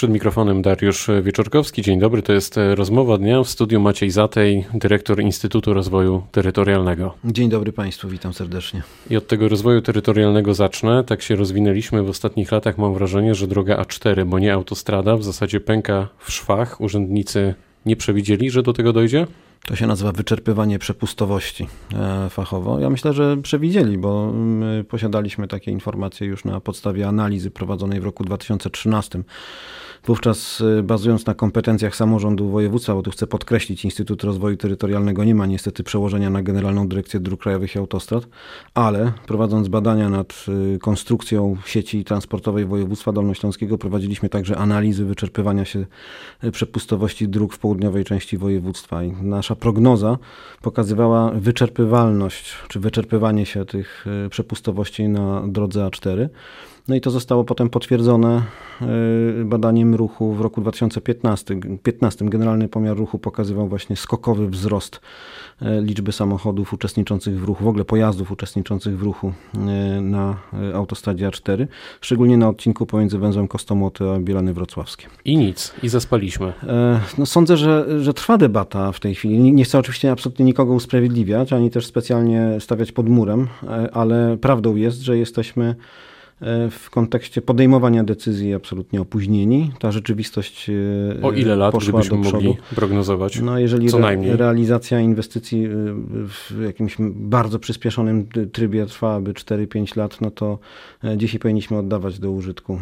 Przed mikrofonem Dariusz Wieczorkowski. Dzień dobry, to jest rozmowa dnia. W studiu Maciej Zatej, dyrektor Instytutu Rozwoju Terytorialnego. Dzień dobry Państwu, witam serdecznie. I od tego rozwoju terytorialnego zacznę. Tak się rozwinęliśmy w ostatnich latach. Mam wrażenie, że droga A4, bo nie autostrada, w zasadzie pęka w szwach. Urzędnicy nie przewidzieli, że do tego dojdzie? To się nazywa wyczerpywanie przepustowości fachowo. Ja myślę, że przewidzieli, bo my posiadaliśmy takie informacje już na podstawie analizy prowadzonej w roku 2013. Wówczas bazując na kompetencjach samorządu województwa, bo tu chcę podkreślić, Instytut Rozwoju Terytorialnego nie ma niestety przełożenia na Generalną Dyrekcję Dróg Krajowych i Autostrad, ale prowadząc badania nad konstrukcją sieci transportowej województwa dolnośląskiego prowadziliśmy także analizy wyczerpywania się przepustowości dróg w południowej części województwa i nasza prognoza pokazywała wyczerpywalność, czy wyczerpywanie się tych przepustowości na drodze A4. No i to zostało potem potwierdzone badaniem ruchu w roku 2015. Generalny pomiar ruchu pokazywał właśnie skokowy wzrost liczby samochodów uczestniczących w ruchu, w ogóle pojazdów uczestniczących w ruchu na autostradzie A4, szczególnie na odcinku pomiędzy węzłem Kostomłoty a Bielany Wrocławskie. I nic, i zaspaliśmy. No sądzę, że trwa debata w tej chwili. Nie chcę oczywiście absolutnie nikogo usprawiedliwiać, ani też specjalnie stawiać pod murem, ale prawdą jest, że jesteśmy w kontekście podejmowania decyzji absolutnie opóźnieni. Ta rzeczywistość o ile lat, poszła gdybyśmy do przodu. mogli prognozować? No jeżeli co najmniej. Realizacja inwestycji w jakimś bardzo przyspieszonym trybie trwałaby 4-5 lat, no to dzisiaj powinniśmy oddawać do użytku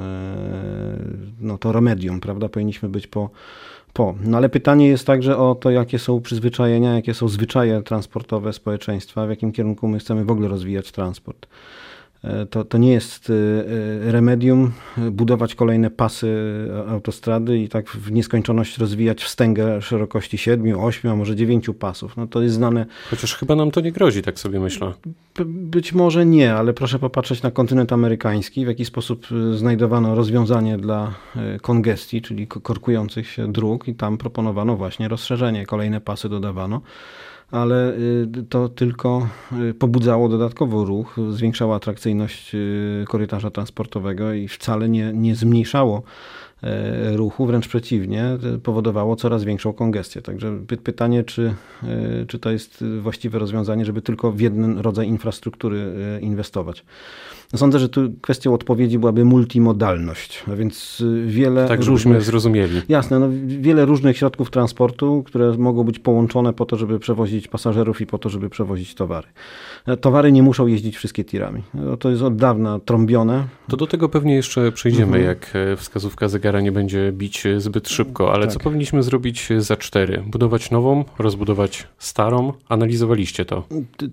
to remedium, prawda? Powinniśmy być po. No ale pytanie jest także o to, jakie są przyzwyczajenia, jakie są zwyczaje transportowe społeczeństwa, w jakim kierunku my chcemy w ogóle rozwijać transport. To nie jest remedium budować kolejne pasy autostrady i tak w nieskończoność rozwijać wstęgę szerokości 7, 8, a może 9 pasów. No to jest znane. Chociaż chyba nam to nie grozi, tak sobie myślę. Być może nie, ale proszę popatrzeć na kontynent amerykański, w jaki sposób znajdowano rozwiązanie dla kongestii, czyli korkujących się dróg i tam proponowano właśnie rozszerzenie, kolejne pasy dodawano. Ale to tylko pobudzało dodatkowo ruch, zwiększało atrakcyjność korytarza transportowego i wcale nie zmniejszało ruchu, wręcz przeciwnie, powodowało coraz większą kongestię. Także pytanie, czy to jest właściwe rozwiązanie, żeby tylko w jeden rodzaj infrastruktury inwestować. Sądzę, że tu kwestią odpowiedzi byłaby multimodalność, a więc wiele tak, żebyśmy zrozumieli. Jasne, wiele różnych środków transportu, które mogą być połączone po to, żeby przewozić pasażerów i po to, żeby przewozić towary. Towary nie muszą jeździć wszystkie tirami. To jest od dawna trąbione. To do tego pewnie jeszcze przejdziemy, jak wskazówka zegara nie będzie bić zbyt szybko, ale tak. Co powinniśmy zrobić za 4? Budować nową, rozbudować starą? Analizowaliście to?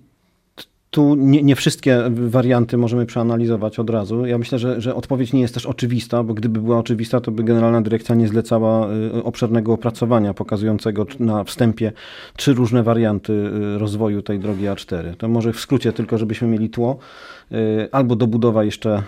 Tu nie wszystkie warianty możemy przeanalizować od razu. Ja myślę, że odpowiedź nie jest też oczywista, bo gdyby była oczywista, to by Generalna Dyrekcja nie zlecała obszernego opracowania pokazującego na wstępie 3 różne warianty rozwoju tej drogi A4. To może w skrócie tylko, żebyśmy mieli tło. Albo dobudowa jeszcze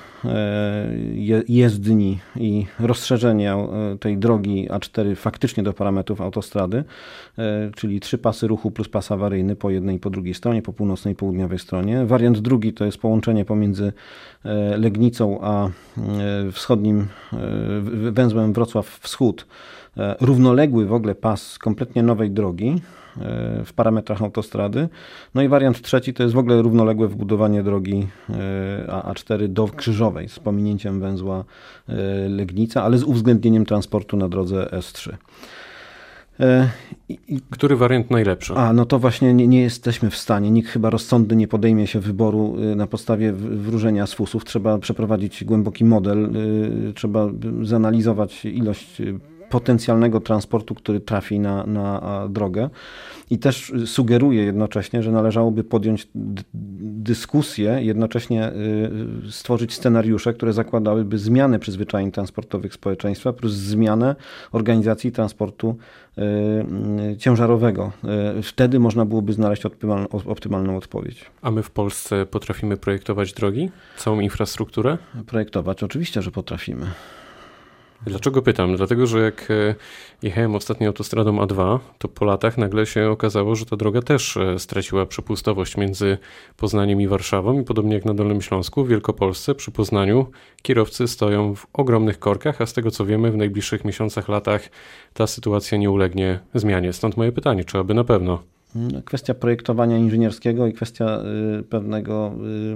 jezdni i rozszerzenie tej drogi A4 faktycznie do parametrów autostrady, czyli 3 pasy ruchu plus pas awaryjny po jednej i po drugiej stronie, po północnej i południowej stronie. Wariant drugi to jest połączenie pomiędzy Legnicą a wschodnim węzłem Wrocław Wschód. Równoległy w ogóle pas kompletnie nowej drogi w parametrach autostrady. No i wariant trzeci to jest w ogóle równoległe wbudowanie drogi A4 do Krzyżowej z pominięciem węzła Legnica, ale z uwzględnieniem transportu na drodze S3. Który wariant najlepszy? No to właśnie nie jesteśmy w stanie. Nikt chyba rozsądny nie podejmie się wyboru na podstawie wróżenia z fusów. Trzeba przeprowadzić głęboki model, trzeba zanalizować ilość potencjalnego transportu, który trafi na drogę. I też sugeruję jednocześnie, że należałoby podjąć dyskusję, jednocześnie stworzyć scenariusze, które zakładałyby zmianę przyzwyczajeń transportowych społeczeństwa plus zmianę organizacji transportu ciężarowego. Wtedy można byłoby znaleźć optymalną odpowiedź. A my w Polsce potrafimy projektować drogi? Całą infrastrukturę? Projektować oczywiście, że potrafimy. Dlaczego pytam? Dlatego, że jak jechałem ostatnio autostradą A2, to po latach nagle się okazało, że ta droga też straciła przepustowość między Poznaniem i Warszawą i podobnie jak na Dolnym Śląsku, w Wielkopolsce przy Poznaniu kierowcy stoją w ogromnych korkach, a z tego co wiemy w najbliższych miesiącach, latach ta sytuacja nie ulegnie zmianie. Stąd moje pytanie, czy aby na pewno? Kwestia projektowania inżynierskiego i kwestia pewnego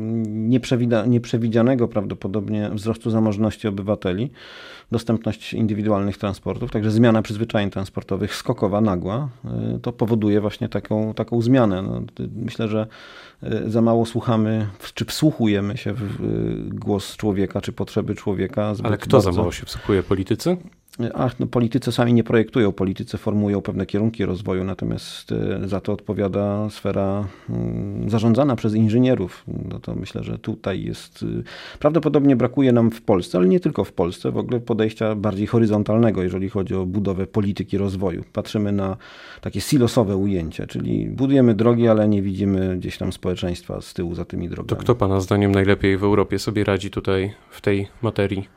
nieprzewidzianego prawdopodobnie wzrostu zamożności obywateli, dostępność indywidualnych transportów, także zmiana przyzwyczajeń transportowych skokowa, nagła, to powoduje właśnie taką zmianę. No, myślę, że za mało słuchamy, czy wsłuchujemy się w głos człowieka, czy potrzeby człowieka. Ale kto za mało się wsłuchuje? Politycy? Politycy sami nie projektują, politycy formułują pewne kierunki rozwoju, natomiast za to odpowiada sfera zarządzana przez inżynierów. No to myślę, że tutaj jest, prawdopodobnie brakuje nam w Polsce, ale nie tylko w Polsce, w ogóle podejścia bardziej horyzontalnego, jeżeli chodzi o budowę polityki rozwoju. Patrzymy na takie silosowe ujęcie, czyli budujemy drogi, ale nie widzimy gdzieś tam społeczeństwa z tyłu za tymi drogami. To kto pana zdaniem najlepiej w Europie sobie radzi tutaj w tej materii?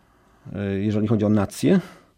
Jeżeli chodzi o nację,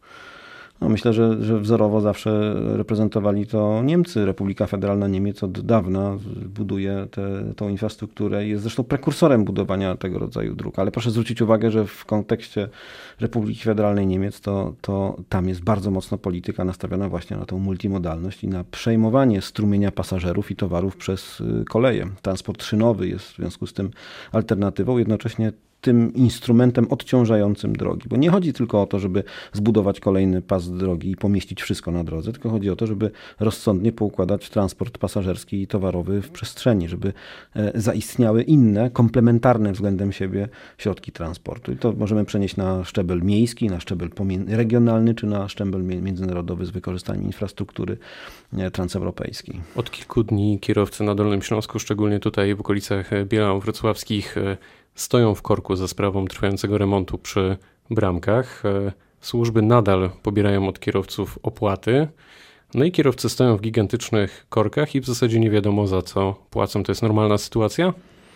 no myślę, że wzorowo zawsze reprezentowali to Niemcy. Republika Federalna Niemiec od dawna buduje tą infrastrukturę i jest zresztą prekursorem budowania tego rodzaju dróg. Ale proszę zwrócić uwagę, że w kontekście Republiki Federalnej Niemiec to tam jest bardzo mocno polityka nastawiona właśnie na tą multimodalność i na przejmowanie strumienia pasażerów i towarów przez koleje. Transport szynowy jest w związku z tym alternatywą, jednocześnie tym instrumentem odciążającym drogi. Bo nie chodzi tylko o to, żeby zbudować kolejny pas drogi i pomieścić wszystko na drodze, tylko chodzi o to, żeby rozsądnie poukładać transport pasażerski i towarowy w przestrzeni, żeby zaistniały inne, komplementarne względem siebie środki transportu. I to możemy przenieść na szczebel miejski, na szczebel regionalny, czy na szczebel międzynarodowy z wykorzystaniem infrastruktury transeuropejskiej. Od kilku dni kierowcy na Dolnym Śląsku, szczególnie tutaj w okolicach Bielan Wrocławskich, stoją w korku za sprawą trwającego remontu przy bramkach. Służby nadal pobierają od kierowców opłaty. No i kierowcy stoją w gigantycznych korkach i w zasadzie nie wiadomo za co płacą. To jest normalna sytuacja?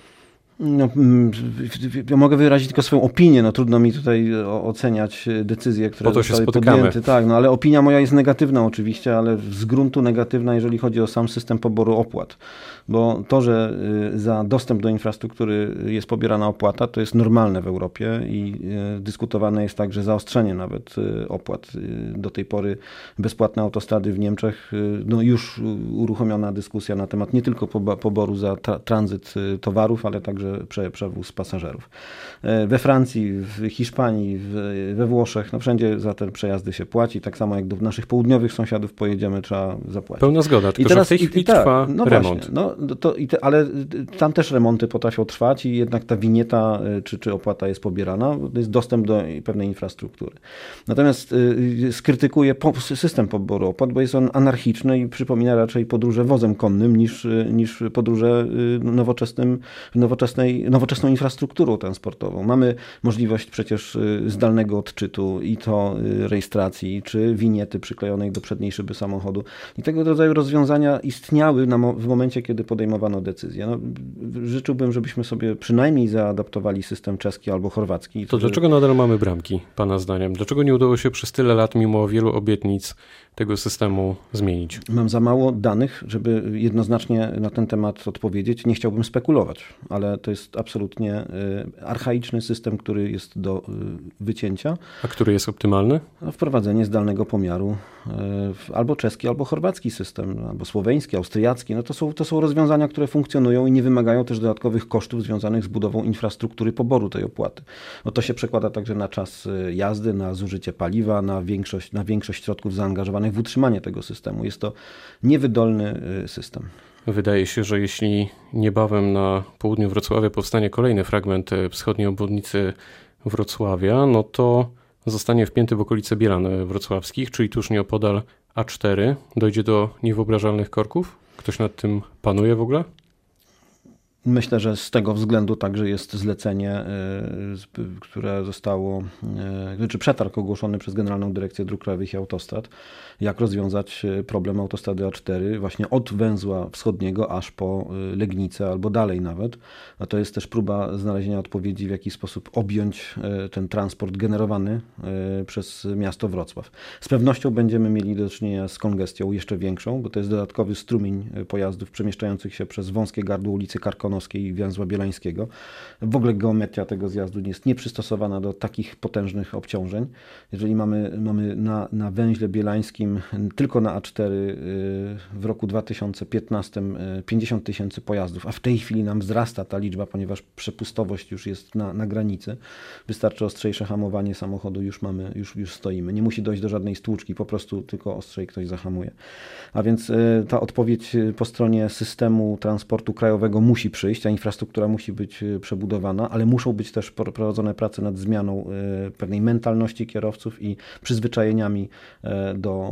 No, ja mogę wyrazić tylko swoją opinię, no trudno mi tutaj oceniać decyzje, które zostały podjęte. Tak, no ale opinia moja jest negatywna oczywiście, ale z gruntu negatywna, jeżeli chodzi o sam system poboru opłat. Bo to, że za dostęp do infrastruktury jest pobierana opłata, to jest normalne w Europie i dyskutowane jest także zaostrzenie nawet opłat. Do tej pory bezpłatne autostrady w Niemczech, no już uruchomiona dyskusja na temat nie tylko poboru za tranzyt towarów, ale także przewóz pasażerów. We Francji, w Hiszpanii, we Włoszech, no wszędzie za te przejazdy się płaci, tak samo jak do naszych południowych sąsiadów pojedziemy, trzeba zapłacić. Pełna zgoda, tylko że w tej chwili trwa remont. Właśnie, ale tam też remonty potrafią trwać i jednak ta winieta czy opłata jest pobierana, to jest dostęp do pewnej infrastruktury. Natomiast skrytykuję system poboru opłat, bo jest on anarchiczny i przypomina raczej podróże wozem konnym niż podróże nowoczesną infrastrukturą transportową. Mamy możliwość przecież zdalnego odczytu i to rejestracji, czy winiety przyklejonej do przedniej szyby samochodu. I tego rodzaju rozwiązania istniały w momencie, kiedy podejmowano decyzję. No, życzyłbym, żebyśmy sobie przynajmniej zaadaptowali system czeski albo chorwacki. To dlaczego nadal mamy bramki, pana zdaniem? Dlaczego nie udało się przez tyle lat, mimo wielu obietnic, tego systemu zmienić? Mam za mało danych, żeby jednoznacznie na ten temat odpowiedzieć. Nie chciałbym spekulować, ale to jest absolutnie archaiczny system, który jest do wycięcia. A który jest optymalny? Wprowadzenie zdalnego pomiaru, albo czeski, albo chorwacki system, albo słoweński, austriacki. No to są rozwiązania, które funkcjonują i nie wymagają też dodatkowych kosztów związanych z budową infrastruktury poboru tej opłaty. No to się przekłada także na czas jazdy, na zużycie paliwa, na większość środków zaangażowanych w utrzymanie tego systemu. Jest to niewydolny system. Wydaje się, że jeśli niebawem na południu Wrocławia powstanie kolejny fragment wschodniej obwodnicy Wrocławia, no to zostanie wpięty w okolice Bielan Wrocławskich, czyli tuż nieopodal A4. Dojdzie do niewyobrażalnych korków? Ktoś nad tym panuje w ogóle? Myślę, że z tego względu także jest zlecenie, które zostało, czy przetarg ogłoszony przez Generalną Dyrekcję Dróg Krajowych i Autostrad, jak rozwiązać problem autostrady A4 właśnie od węzła wschodniego aż po Legnicę albo dalej nawet. A to jest też próba znalezienia odpowiedzi, w jaki sposób objąć ten transport generowany przez miasto Wrocław. Z pewnością będziemy mieli do czynienia z kongestią jeszcze większą, bo to jest dodatkowy strumień pojazdów przemieszczających się przez wąskie gardło ulicy Karkonoskiej i węzła Bielańskiego. W ogóle geometria tego zjazdu jest nieprzystosowana do takich potężnych obciążeń. Jeżeli mamy na węźle bielańskim tylko na A4 w roku 2015 50 tysięcy pojazdów, a w tej chwili nam wzrasta ta liczba, ponieważ przepustowość już jest na granicy. Wystarczy ostrzejsze hamowanie samochodu, już stoimy. Nie musi dojść do żadnej stłuczki, po prostu tylko ostrzej ktoś zahamuje. A więc ta odpowiedź po stronie systemu transportu krajowego musi przyjść, a infrastruktura musi być przebudowana, ale muszą być też prowadzone prace nad zmianą pewnej mentalności kierowców i przyzwyczajeniami do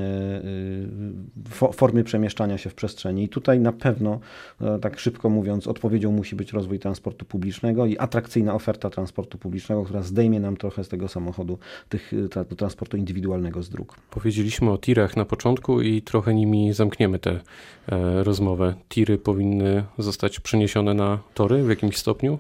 formy przemieszczania się w przestrzeni. I tutaj na pewno, tak szybko mówiąc, odpowiedzią musi być rozwój transportu publicznego i atrakcyjna oferta transportu publicznego, która zdejmie nam trochę z tego samochodu, do transportu indywidualnego z dróg. Powiedzieliśmy o tirach na początku i trochę nimi zamkniemy tę rozmowę. Tiry powinny zostać przeniesione na tory w jakimś stopniu?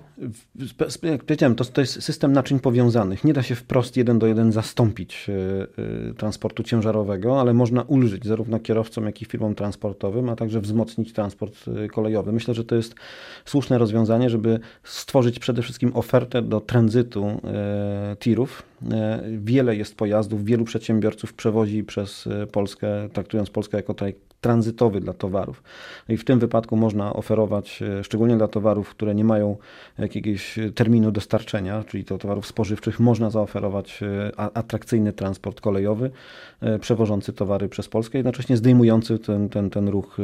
Jak powiedziałem, to jest system naczyń powiązanych. Nie da się wprost 1 do 1 zastąpić transportu ciężarowego, ale można ulżyć zarówno kierowcom, jak i firmom transportowym, a także wzmocnić transport kolejowy. Myślę, że to jest słuszne rozwiązanie, żeby stworzyć przede wszystkim ofertę do tranzytu tirów. Wiele jest pojazdów, wielu przedsiębiorców przewozi przez Polskę, traktując Polskę jako kraj tranzytowy dla towarów. I w tym wypadku można oferować, szczególnie dla towarów, które nie mają jakiegoś terminu dostarczenia, czyli to towarów spożywczych, można zaoferować atrakcyjny transport kolejowy, przewożący towary przez Polskę, jednocześnie zdejmujący ten ruch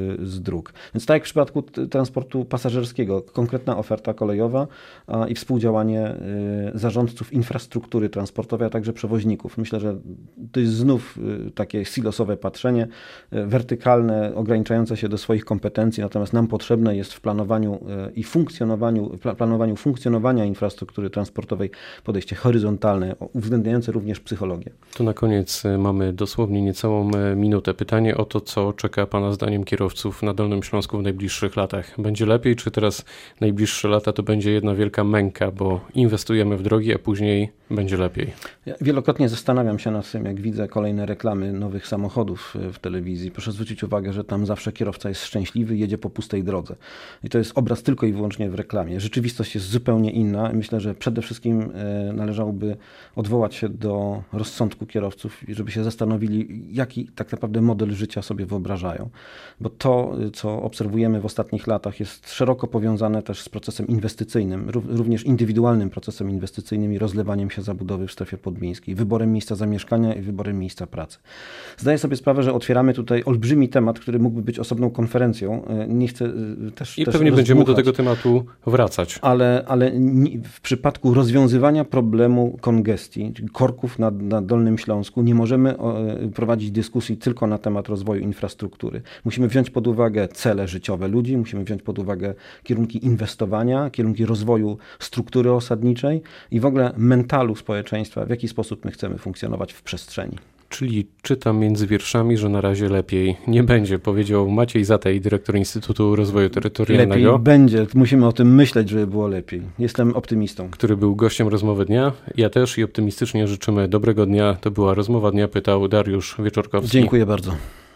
z dróg. Więc tak jak w przypadku transportu pasażerskiego, konkretna oferta kolejowa i współdziałanie zarządców infrastruktury transportowej, a także przewoźników. Myślę, że to jest znów takie silosowe patrzenie, wertykalne, ograniczające się do swoich kompetencji, natomiast nam potrzebne jest w planowaniu i planowaniu funkcjonowania infrastruktury transportowej podejście horyzontalne, uwzględniające również psychologię. To na koniec mamy dosłownie niecałą minutę. Pytanie o to, co czeka Pana zdaniem kierowców na Dolnym Śląsku w najbliższych latach. Będzie lepiej, czy teraz najbliższe lata to będzie jedna wielka męka, bo inwestujemy w drogi, a później będzie lepiej? Ja wielokrotnie zastanawiam się nad tym, jak widzę kolejne reklamy nowych samochodów w telewizji. Proszę zwrócić uwagę, że tam zawsze kierowca jest szczęśliwy, jedzie po pustej drodze. I to jest obraz tylko i wyłącznie w reklamie. Rzeczywistość jest zupełnie inna. Myślę, że przede wszystkim należałoby odwołać się do rozsądku kierowców, żeby się zastanowili, jaki tak naprawdę model życia sobie wyobrażają. Bo to, co obserwujemy w ostatnich latach, jest szeroko powiązane też z procesem inwestycyjnym, również indywidualnym procesem inwestycyjnym i rozlewaniem się zabudowy w strefie podmiejskiej, wyborem miejsca zamieszkania i wyborem miejsca pracy. Zdaję sobie sprawę, że otwieramy tutaj olbrzymi temat, który mógłby być osobną konferencją. Nie chcę też I pewnie będziemy do tego tematu wracać. Ale w przypadku rozwiązywania problemu kongestii, czyli korków na Dolnym Śląsku, nie możemy prowadzić dyskusji tylko na temat rozwoju infrastruktury. Musimy wziąć pod uwagę cele życiowe ludzi, musimy wziąć pod uwagę kierunki inwestowania, kierunki rozwoju struktury osadniczej i w ogóle mentalu społeczeństwa, w jaki sposób my chcemy funkcjonować w przestrzeni. Czyli czytam między wierszami, że na razie lepiej nie będzie, powiedział Maciej Zatej, dyrektor Instytutu Rozwoju Terytorialnego. Lepiej będzie, musimy o tym myśleć, żeby było lepiej. Jestem optymistą. Który był gościem Rozmowy Dnia. Ja też i optymistycznie życzymy dobrego dnia. To była Rozmowa Dnia, pytał Dariusz Wieczorkowski. Dziękuję bardzo.